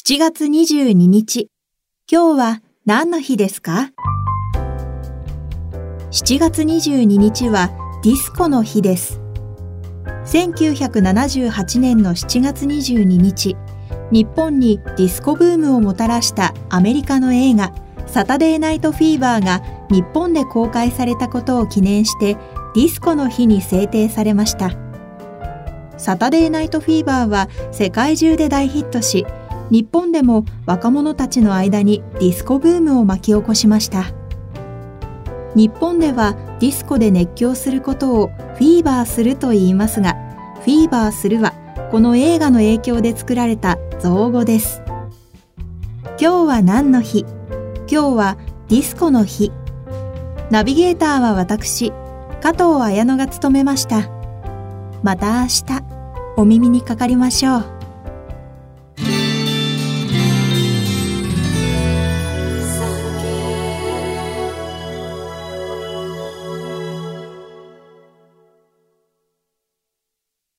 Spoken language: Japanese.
7月22日、今日は何の日ですか？ 7 月22日はディスコの日です。1978年の7月22日、日本にディスコブームをもたらしたアメリカの映画サタデーナイトフィーバーが日本で公開されたことを記念してディスコの日に制定されました。サタデーナイトフィーバーは世界中で大ヒットし、日本でも若者たちの間にディスコブームを巻き起こしました。日本ではディスコで熱狂することをフィーバーすると言いますが、フィーバーするはこの映画の影響で作られた造語です。今日は何の日？今日はディスコの日。ナビゲーターは私、加藤綾乃が務めました。また明日お耳にかかりましょう。